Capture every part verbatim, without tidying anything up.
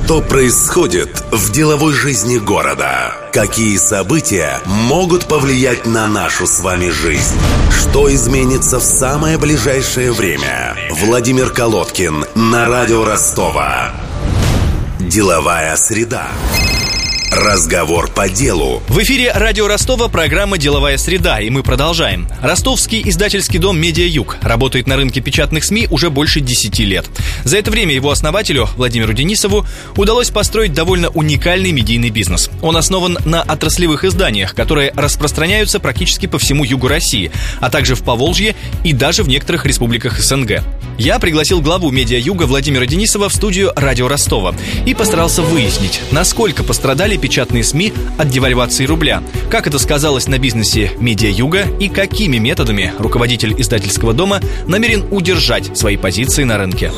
Что происходит в деловой жизни города? Какие события могут повлиять на нашу с вами жизнь? Что изменится в самое ближайшее время? Владимир Колодкин на радио Ростова. Деловая среда. Разговор по делу. В эфире радио Ростова программа «Деловая среда», и мы продолжаем. Ростовский издательский дом «Медиа-Юг» работает на рынке печатных СМИ уже больше десяти лет. За это время его основателю, Владимиру Денисову, удалось построить довольно уникальный медийный бизнес. Он основан на отраслевых изданиях, которые распространяются практически по всему югу России, а также в Поволжье и даже в некоторых республиках СНГ. Я пригласил главу «Медиа-Юга» Владимира Денисова в студию радио Ростова и постарался выяснить, насколько пострадали печатные СМИ от девальвации рубля, как это сказалось на бизнесе «Медиа-Юга» и какими методами руководитель издательского дома намерен удержать свои позиции на рынке.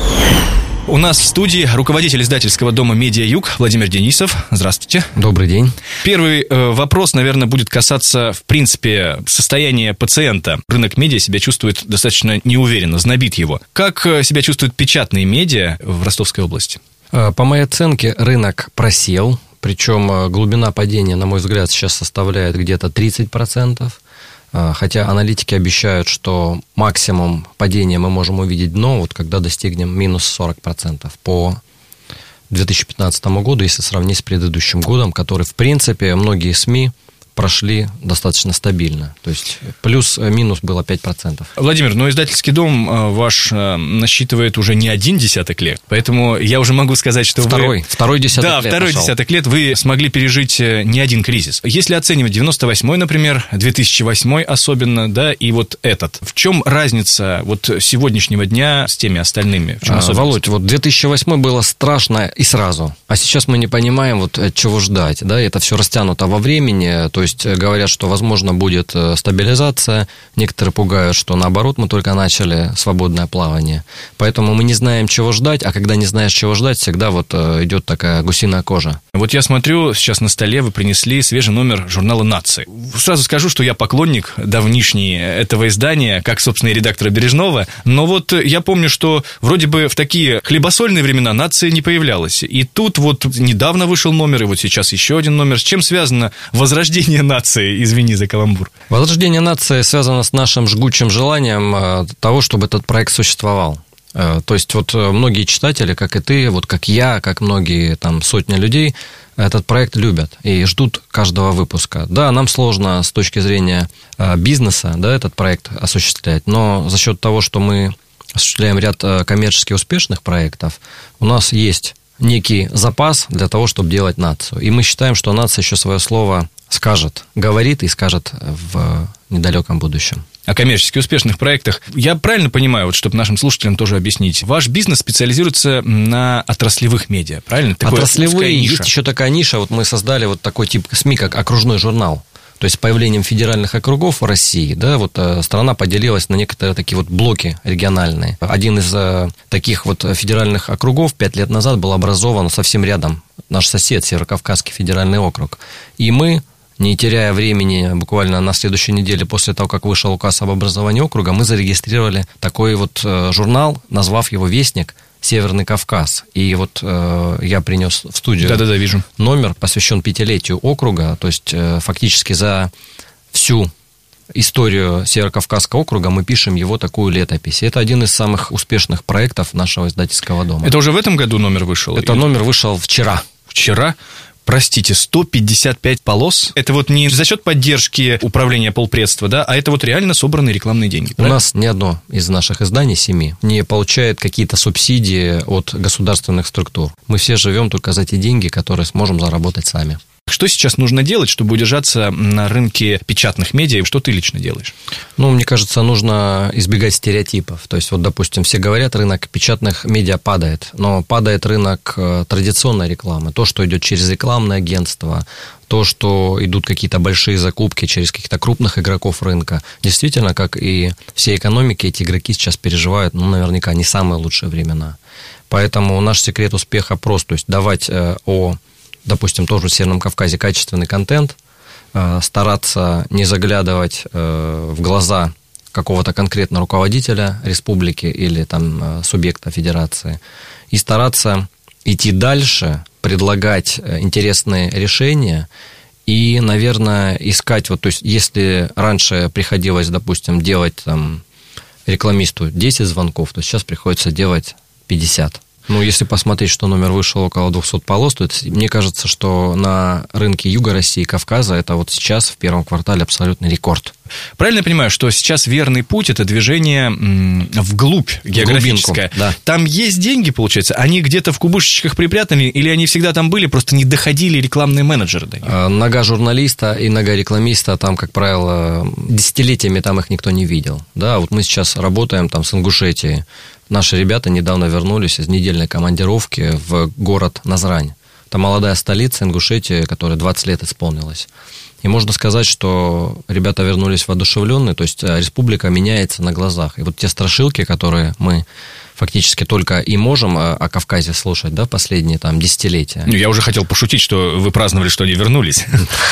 У нас в студии руководитель издательского дома «Медиа-Юг» Владимир Денисов. Здравствуйте. Добрый день. Первый э, вопрос, наверное, будет касаться, в принципе, состояния пациента. Рынок медиа себя чувствует достаточно неуверенно, знобит его. Как себя чувствуют печатные медиа в Ростовской области? По моей оценке, рынок просел. Причем глубина падения, на мой взгляд, сейчас составляет где-то тридцать процентов. Хотя аналитики обещают, что максимум падения мы можем увидеть дно, вот когда достигнем минус сорок процентов по две тысячи пятнадцатому году, если сравнить с предыдущим годом, который, в принципе, многие СМИ прошли достаточно стабильно. То есть плюс-минус было пять процентов. Владимир, но издательский дом ваш насчитывает уже не один десяток лет, поэтому я уже могу сказать, что второй, вы... Второй десяток да, лет. Да, второй пошел. десяток лет вы смогли пережить не один кризис. Если оценивать девяносто восьмой, например, две тысячи восьмой особенно, да, и вот этот, в чем разница вот сегодняшнего дня с теми остальными? В чем а, Володь, вот две тысячи восьмой было страшно и сразу, а сейчас мы не понимаем, вот чего ждать, да, это все растянуто во времени. То есть говорят, что, возможно, будет стабилизация. Некоторые пугают, что, наоборот, мы только начали свободное плавание. Поэтому мы не знаем, чего ждать, а когда не знаешь, чего ждать, всегда вот идет такая гусиная кожа. Вот я смотрю, сейчас на столе вы принесли свежий номер журнала «Нация». Сразу скажу, что я поклонник давнишний этого издания, как, собственно, и редактора Бережного. Но вот я помню, что вроде бы в такие хлебосольные времена «Нация» не появлялась. И тут вот недавно вышел номер, и вот сейчас еще один номер. С чем связано возрождение «Нации»? Извини за каламбур. Возрождение нации связано с нашим жгучим желанием того, чтобы этот проект существовал. То есть вот многие читатели, как и ты, вот как я, как многие там сотни людей, этот проект любят и ждут каждого выпуска. Да, нам сложно с точки зрения бизнеса, да, этот проект осуществлять, но за счет того, что мы осуществляем ряд коммерчески успешных проектов, у нас есть некий запас для того, чтобы делать нацию. И мы считаем, что нация еще свое слово скажет, говорит и скажет в недалеком будущем. О коммерчески успешных проектах. Я правильно понимаю, вот, чтобы нашим слушателям тоже объяснить, ваш бизнес специализируется на отраслевых медиа, правильно? Такое отраслевые, есть еще такая ниша, вот мы создали вот такой тип СМИ, как окружной журнал. То есть с появлением федеральных округов в России, да, вот страна поделилась на некоторые такие вот блоки региональные. Один из э, таких вот федеральных округов пять лет назад был образован совсем рядом, наш сосед, Северокавказский федеральный округ. И мы, не теряя времени, буквально на следующей неделе после того, как вышел указ об образовании округа, мы зарегистрировали такой вот э, журнал, назвав его «Вестник Северный Кавказ». И вот э, я принес в студию Да-да-да, вижу. номер, посвящен пятилетию округа, то есть э, фактически за всю историю Северокавказского округа мы пишем его такую летопись. Это один из самых успешных проектов нашего издательского дома. Это уже в этом году номер вышел? Это номер вышел вчера. Вчера? Простите, сто пятьдесят пять полос? Это вот не за счет поддержки управления полпредства, да, а это вот реально собранные рекламные деньги, правильно? У нас ни одно из наших изданий, семи, не получает какие-то субсидии от государственных структур. Мы все живем только за те деньги, которые сможем заработать сами. Что сейчас нужно делать, чтобы удержаться на рынке печатных медиа, и что ты лично делаешь? Ну, мне кажется, нужно избегать стереотипов. То есть, вот, допустим, все говорят, рынок печатных медиа падает, но падает рынок традиционной рекламы. То, что идет через рекламное агентство, то, что идут какие-то большие закупки через каких-то крупных игроков рынка. Действительно, как и все экономики, эти игроки сейчас переживают, ну, наверняка, не самые лучшие времена. Поэтому наш секрет успеха прост. То есть, давать э, о... допустим, тоже в Северном Кавказе качественный контент, стараться не заглядывать в глаза какого-то конкретного руководителя республики или там субъекта федерации, и стараться идти дальше предлагать интересные решения и, наверное, искать, вот, то есть, если раньше приходилось, допустим, делать там рекламисту десять звонков, то сейчас приходится делать пятьдесят. Ну, если посмотреть, что номер вышел около двести полос, то это, мне кажется, что на рынке Юга России и Кавказа это вот сейчас в первом квартале абсолютный рекорд. Правильно я понимаю, что сейчас верный путь – это движение вглубь географическое? Глубинку, да. Там есть деньги, получается? Они где-то в кубышечках припрятаны, или они всегда там были, просто не доходили рекламные менеджеры до них? Нога журналиста и нога рекламиста, там, как правило, десятилетиями там их никто не видел. Да, вот мы сейчас работаем там с Ингушетией. Наши ребята недавно вернулись из недельной командировки в город Назрань. Это молодая столица Ингушетии, которой двадцать лет исполнилось. И можно сказать, что ребята вернулись воодушевленные, то есть республика меняется на глазах. И вот те страшилки, которые мы фактически только и можем о Кавказе слушать, да, последние там десятилетия. Ну, я уже хотел пошутить, что вы праздновали, что они вернулись.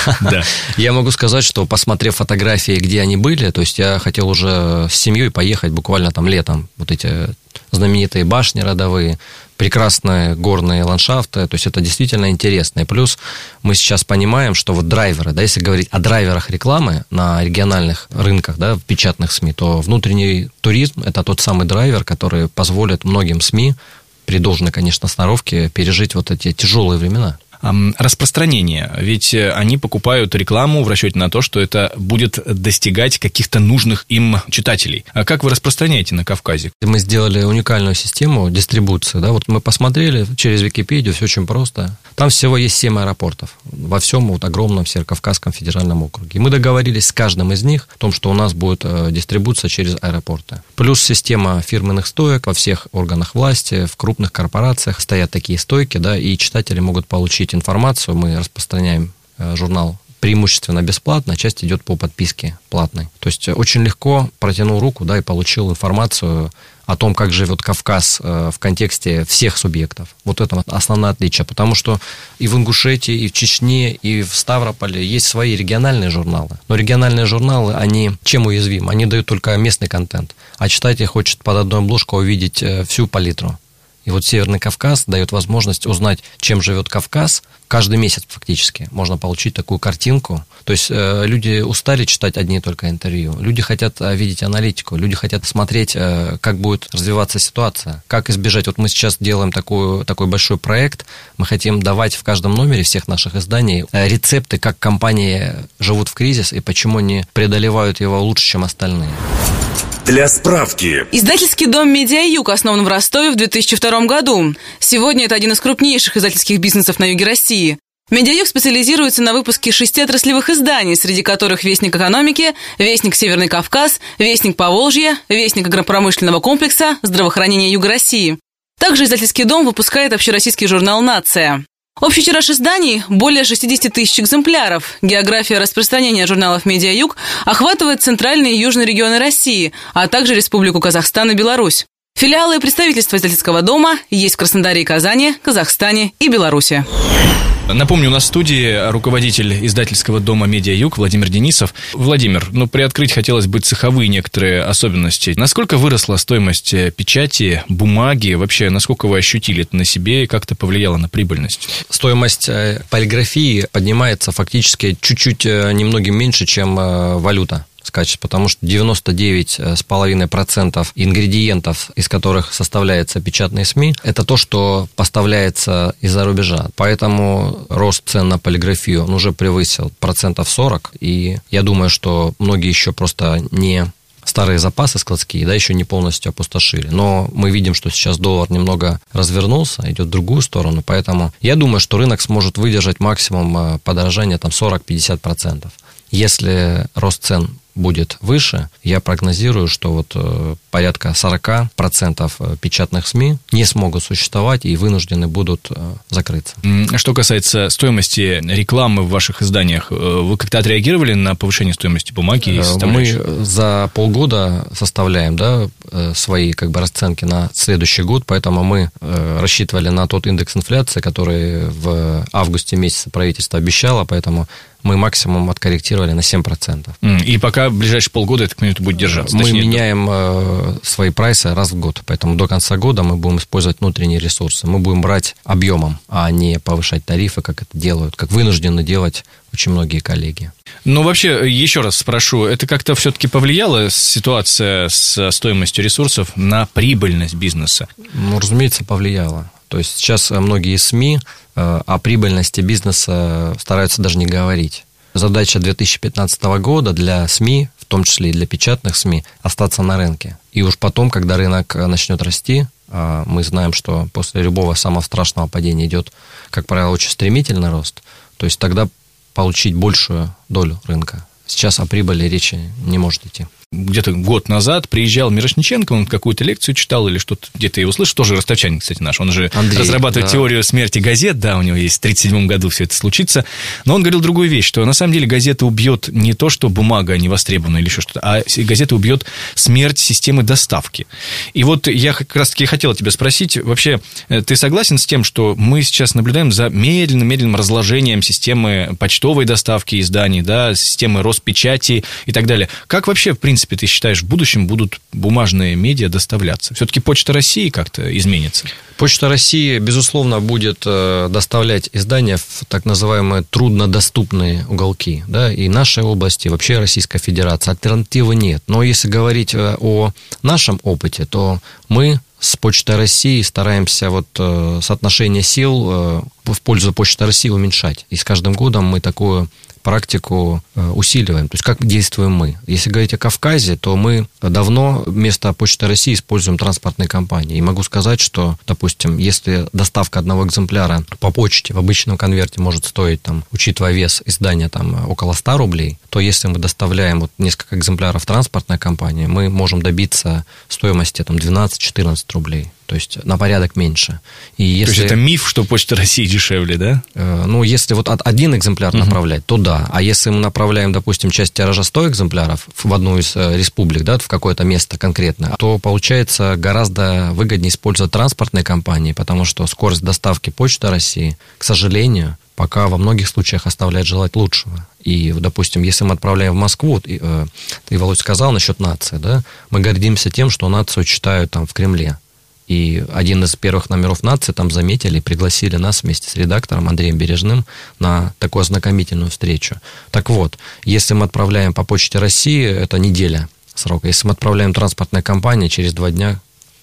Я могу сказать, что, посмотрев фотографии, где они были, то есть я хотел уже с семьей поехать буквально там летом. Вот эти знаменитые башни родовые, прекрасные горные ландшафты, то есть это действительно интересно. И плюс мы сейчас понимаем, что вот драйверы, да, если говорить о драйверах рекламы на региональных рынках, да, в печатных СМИ, то внутренний туризм – это тот самый драйвер, который позволит многим СМИ, при должной, конечно, сноровке, пережить вот эти тяжелые времена. Распространение, ведь они покупают рекламу в расчете на то, что это будет достигать каких-то нужных им читателей. А как вы распространяете на Кавказе? Мы сделали уникальную систему дистрибуции, да, вот мы посмотрели через Википедию, все очень просто. Там всего есть семь аэропортов во всем вот огромном Северокавказском федеральном округе. И мы договорились с каждым из них о том, что у нас будет дистрибуция через аэропорты. Плюс система фирменных стоек во всех органах власти, в крупных корпорациях стоят такие стойки, да, и читатели могут получить информацию. Мы распространяем журнал преимущественно бесплатно, часть идет по подписке платной. То есть очень легко протянул руку, да, и получил информацию о том, как живет Кавказ в контексте всех субъектов. Вот это основное отличие, потому что и в Ингушетии, и в Чечне, и в Ставрополе есть свои региональные журналы. Но региональные журналы, они чем уязвимы? Они дают только местный контент, а читатель хочет под одной обложкой увидеть всю палитру. И вот Северный Кавказ дает возможность узнать, чем живет Кавказ. Каждый месяц фактически можно получить такую картинку. То есть э, люди устали читать одни только интервью. Люди хотят э, видеть аналитику. Люди хотят смотреть, э, как будет развиваться ситуация. Как избежать. Вот мы сейчас делаем такую, такой большой проект. Мы хотим давать в каждом номере всех наших изданий э, рецепты, как компании живут в кризис и почему они преодолевают его лучше, чем остальные. Для справки. Издательский дом «Медиа-Юг» основан в Ростове в две тысячи втором году. Сегодня это один из крупнейших издательских бизнесов на юге России. «Медиа-Юг» специализируется на выпуске шести отраслевых изданий, среди которых «Вестник экономики», «Вестник Северный Кавказ», «Вестник Поволжья», «Вестник агропромышленного комплекса», «Здравоохранение Юга России». Также издательский дом выпускает общероссийский журнал «Нация». Общий тираж изданий – более шестьдесят тысяч экземпляров. География распространения журналов «Медиа-Юг» охватывает центральные и южные регионы России, а также Республику Казахстан и Беларусь. Филиалы и представительства издательского дома есть в Краснодаре и Казани, Казахстане и Беларуси. Напомню, у нас в студии руководитель издательского дома «Медиа-Юг» Владимир Денисов. Владимир, ну, приоткрыть хотелось бы цеховые некоторые особенности. Насколько выросла стоимость печати, бумаги? Вообще, насколько вы ощутили это на себе и как это повлияло на прибыльность? Стоимость полиграфии поднимается фактически чуть-чуть немногим меньше, чем валюта скачет, потому что девяносто девять целых пять десятых процента ингредиентов, из которых составляются печатные СМИ, это то, что поставляется из-за рубежа. Поэтому рост цен на полиграфию он уже превысил процентов сорок, и я думаю, что многие еще просто не старые запасы складские, да, еще не полностью опустошили. Но мы видим, что сейчас доллар немного развернулся, идет в другую сторону, поэтому я думаю, что рынок сможет выдержать максимум подорожания там сорок-пятьдесят процентов. Если рост цен будет выше, я прогнозирую, что вот э, порядка сорок процентов печатных СМИ не смогут существовать и вынуждены будут э, закрыться. Что касается стоимости рекламы в ваших изданиях, вы как-то отреагировали на повышение стоимости бумаги? Мы за полгода составляем, да, свои как бы расценки на следующий год, поэтому мы рассчитывали на тот индекс инфляции, который в августе месяце правительство обещало, поэтому мы максимум откорректировали на семь процентов. И пока в ближайшие полгода, я так понимаю, это будет держаться? Мы Точнее, меняем э, свои прайсы раз в год, поэтому до конца года мы будем использовать внутренние ресурсы. Мы будем брать объемом, а не повышать тарифы, как это делают, как вынуждены делать очень многие коллеги. Ну, вообще, еще раз спрошу, это как-то все-таки повлияла ситуация с стоимостью ресурсов на прибыльность бизнеса? Ну, разумеется, повлияло. То есть сейчас многие СМИ о прибыльности бизнеса стараются даже не говорить. Задача две тысячи пятнадцатого года для СМИ, в том числе и для печатных СМИ, остаться на рынке. И уж потом, когда рынок начнет расти, мы знаем, что после любого самого страшного падения идет, как правило, очень стремительный рост, то есть тогда получить большую долю рынка. Сейчас о прибыли речи не может идти. Где-то год назад приезжал Мирошниченко, он какую-то лекцию читал или что-то, где-то я его слышал, тоже ростовчанин, кстати, наш, он же Андрей, разрабатывает да. теорию смерти газет, да, у него есть в тридцать седьмом году все это случится, но он говорил другую вещь, что на самом деле газета убьет не то, что бумага не востребована или еще что-то, а газета убьет смерть системы доставки. И вот я как раз-таки хотел тебя спросить, вообще, ты согласен с тем, что мы сейчас наблюдаем за медленным-медленным разложением системы почтовой доставки изданий, да, системы Роспечати и так далее? Как вообще, в принципе, ты считаешь, в будущем будут бумажные медиа доставляться? Все-таки Почта России как-то изменится? Почта России, безусловно, будет доставлять издания в так называемые труднодоступные уголки, да, и нашей области, и вообще Российской Федерации. Альтернативы нет. Но если говорить о нашем опыте, то мы с Почтой России стараемся вот соотношение сил в пользу Почты России уменьшать. И с каждым годом мы такую практику усиливаем. То есть, как действуем мы? Если говорить о Кавказе, то мы давно вместо Почты России используем транспортные компании. И могу сказать, что, допустим, если доставка одного экземпляра по почте в обычном конверте может стоить, там, учитывая вес издания, там, около ста рублей, то если мы доставляем вот несколько экземпляров транспортной компании, мы можем добиться стоимости там, двенадцать-четырнадцать рублей. То есть на порядок меньше. И если, то есть это миф, что Почта России дешевле, да? Э, ну, если вот один экземпляр uh-huh. направлять, то да. А если мы направляем, допустим, часть тиража сто экземпляров в одну из республик, да, в какое-то место конкретно, то получается гораздо выгоднее использовать транспортные компании, потому что скорость доставки Почты России, к сожалению, пока во многих случаях оставляет желать лучшего. И, допустим, если мы отправляем в Москву, ты, ты, Володь, сказал насчет нации, да, мы гордимся тем, что нацию читают там в Кремле. И один из первых номеров «Нации» там заметили и пригласили нас вместе с редактором Андреем Бережным на такую ознакомительную встречу. Так вот, если мы отправляем по Почте России, это неделя срока. Если мы отправляем транспортной компании, через два дня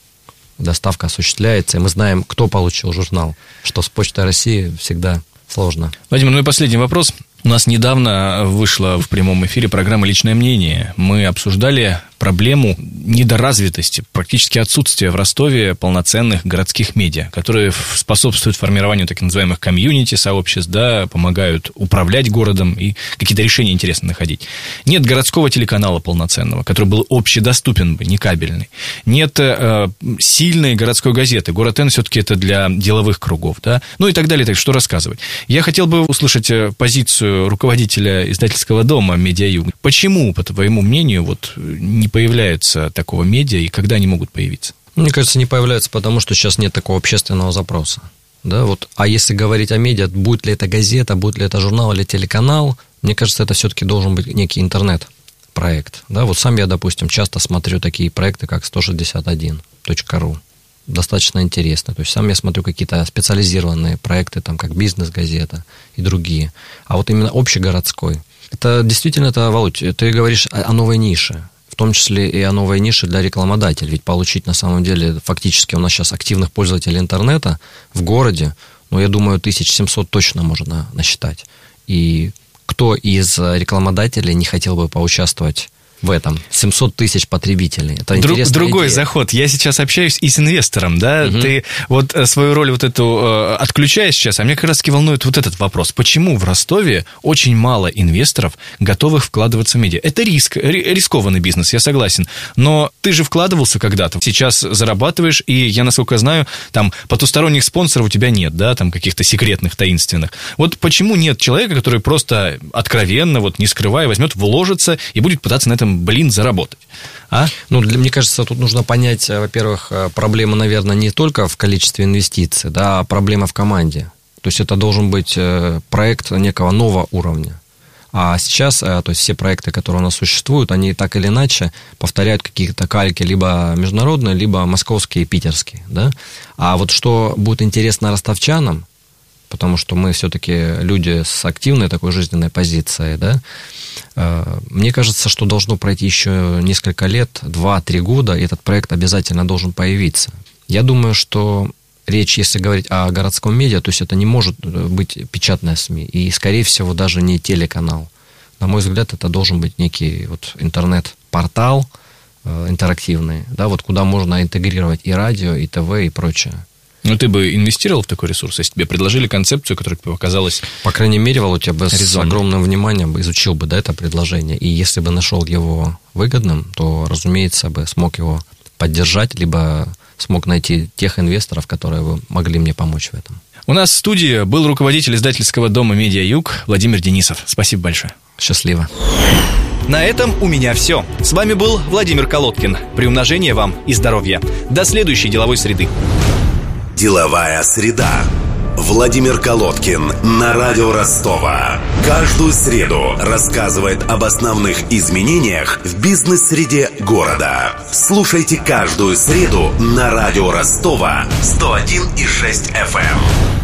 доставка осуществляется, и мы знаем, кто получил журнал, что с Почтой России всегда сложно. Владимир, ну и последний вопрос. У нас недавно вышла в прямом эфире программа «Личное мнение». Мы обсуждали проблему недоразвитости, практически отсутствия в Ростове полноценных городских медиа, которые способствуют формированию так называемых комьюнити, сообществ, да, помогают управлять городом и какие-то решения интересно находить. Нет городского телеканала полноценного, который был общедоступен бы, не кабельный. Нет э, сильной городской газеты. Город Н все-таки это для деловых кругов, да, ну и так далее. Так что рассказывать. Я хотел бы услышать позицию руководителя издательского дома «Медиа-Юг». Почему, по твоему мнению, вот не появляется такого медиа, и когда они могут появиться? Мне кажется, не появляются, потому что сейчас нет такого общественного запроса. Да, вот. А если говорить о медиа, будет ли это газета, будет ли это журнал или телеканал, мне кажется, это все-таки должен быть некий интернет-проект. Да, вот сам я, допустим, часто смотрю такие проекты, как сто шестьдесят один точка ру. Достаточно интересно. То есть сам я смотрю какие-то специализированные проекты, там, как «Бизнес-газета» и другие. А вот именно общегородской. Это действительно, это, Володь, ты говоришь о, о новой нише. В том числе и о новой нише для рекламодателей. Ведь получить, на самом деле, фактически у нас сейчас активных пользователей интернета в городе, ну, я думаю, тысяча семьсот точно можно насчитать. И кто из рекламодателей не хотел бы поучаствовать в этом? семьсот тысяч потребителей. Это Друг, другой идея. заход. Я сейчас общаюсь и с инвестором, да, угу. Ты вот свою роль вот эту э, отключаешь сейчас, а меня как раз-таки волнует вот этот вопрос. Почему в Ростове очень мало инвесторов, готовых вкладываться в медиа? Это риск, рискованный бизнес, я согласен. Но ты же вкладывался когда-то, сейчас зарабатываешь, и я, насколько знаю, там потусторонних спонсоров у тебя нет, да, там каких-то секретных, таинственных. Вот почему нет человека, который просто откровенно, вот не скрывая, возьмет, вложится и будет пытаться на этом этом, блин, заработать? А? Ну, для, мне кажется, тут нужно понять, во-первых, проблема, наверное, не только в количестве инвестиций, да, а проблема в команде. То есть это должен быть проект некого нового уровня. А сейчас, то есть все проекты, которые у нас существуют, они так или иначе повторяют какие-то кальки, либо международные, либо московские и питерские, да. А вот что будет интересно ростовчанам, потому что мы все-таки люди с активной такой жизненной позицией, да, мне кажется, что должно пройти еще несколько лет, два-три года, и этот проект обязательно должен появиться. Я думаю, что речь, если говорить о городском медиа, то есть это не может быть печатная СМИ, и, скорее всего, даже не телеканал. На мой взгляд, это должен быть некий вот интернет-портал э, интерактивный, да, вот куда можно интегрировать и радио, и ТВ, и прочее. Ну, ты бы инвестировал в такой ресурс, если тебе предложили концепцию, которая тебе показалась... По крайней мере, Володь, я бы резонной. С огромным вниманием бы изучил бы, да, это предложение. И если бы нашел его выгодным, то, разумеется, бы смог его поддержать, либо смог найти тех инвесторов, которые бы могли мне помочь в этом. У нас в студии был руководитель издательского дома «Медиа Юг» Владимир Денисов. Спасибо большое. Счастливо. На этом у меня все. С вами был Владимир Колодкин. Приумножения вам и здоровья. До следующей деловой среды. Деловая среда. Владимир Колодкин на радио Ростова. Каждую среду рассказывает об основных изменениях в бизнес-среде города. Слушайте каждую среду на радио Ростова сто один и шесть эф эм.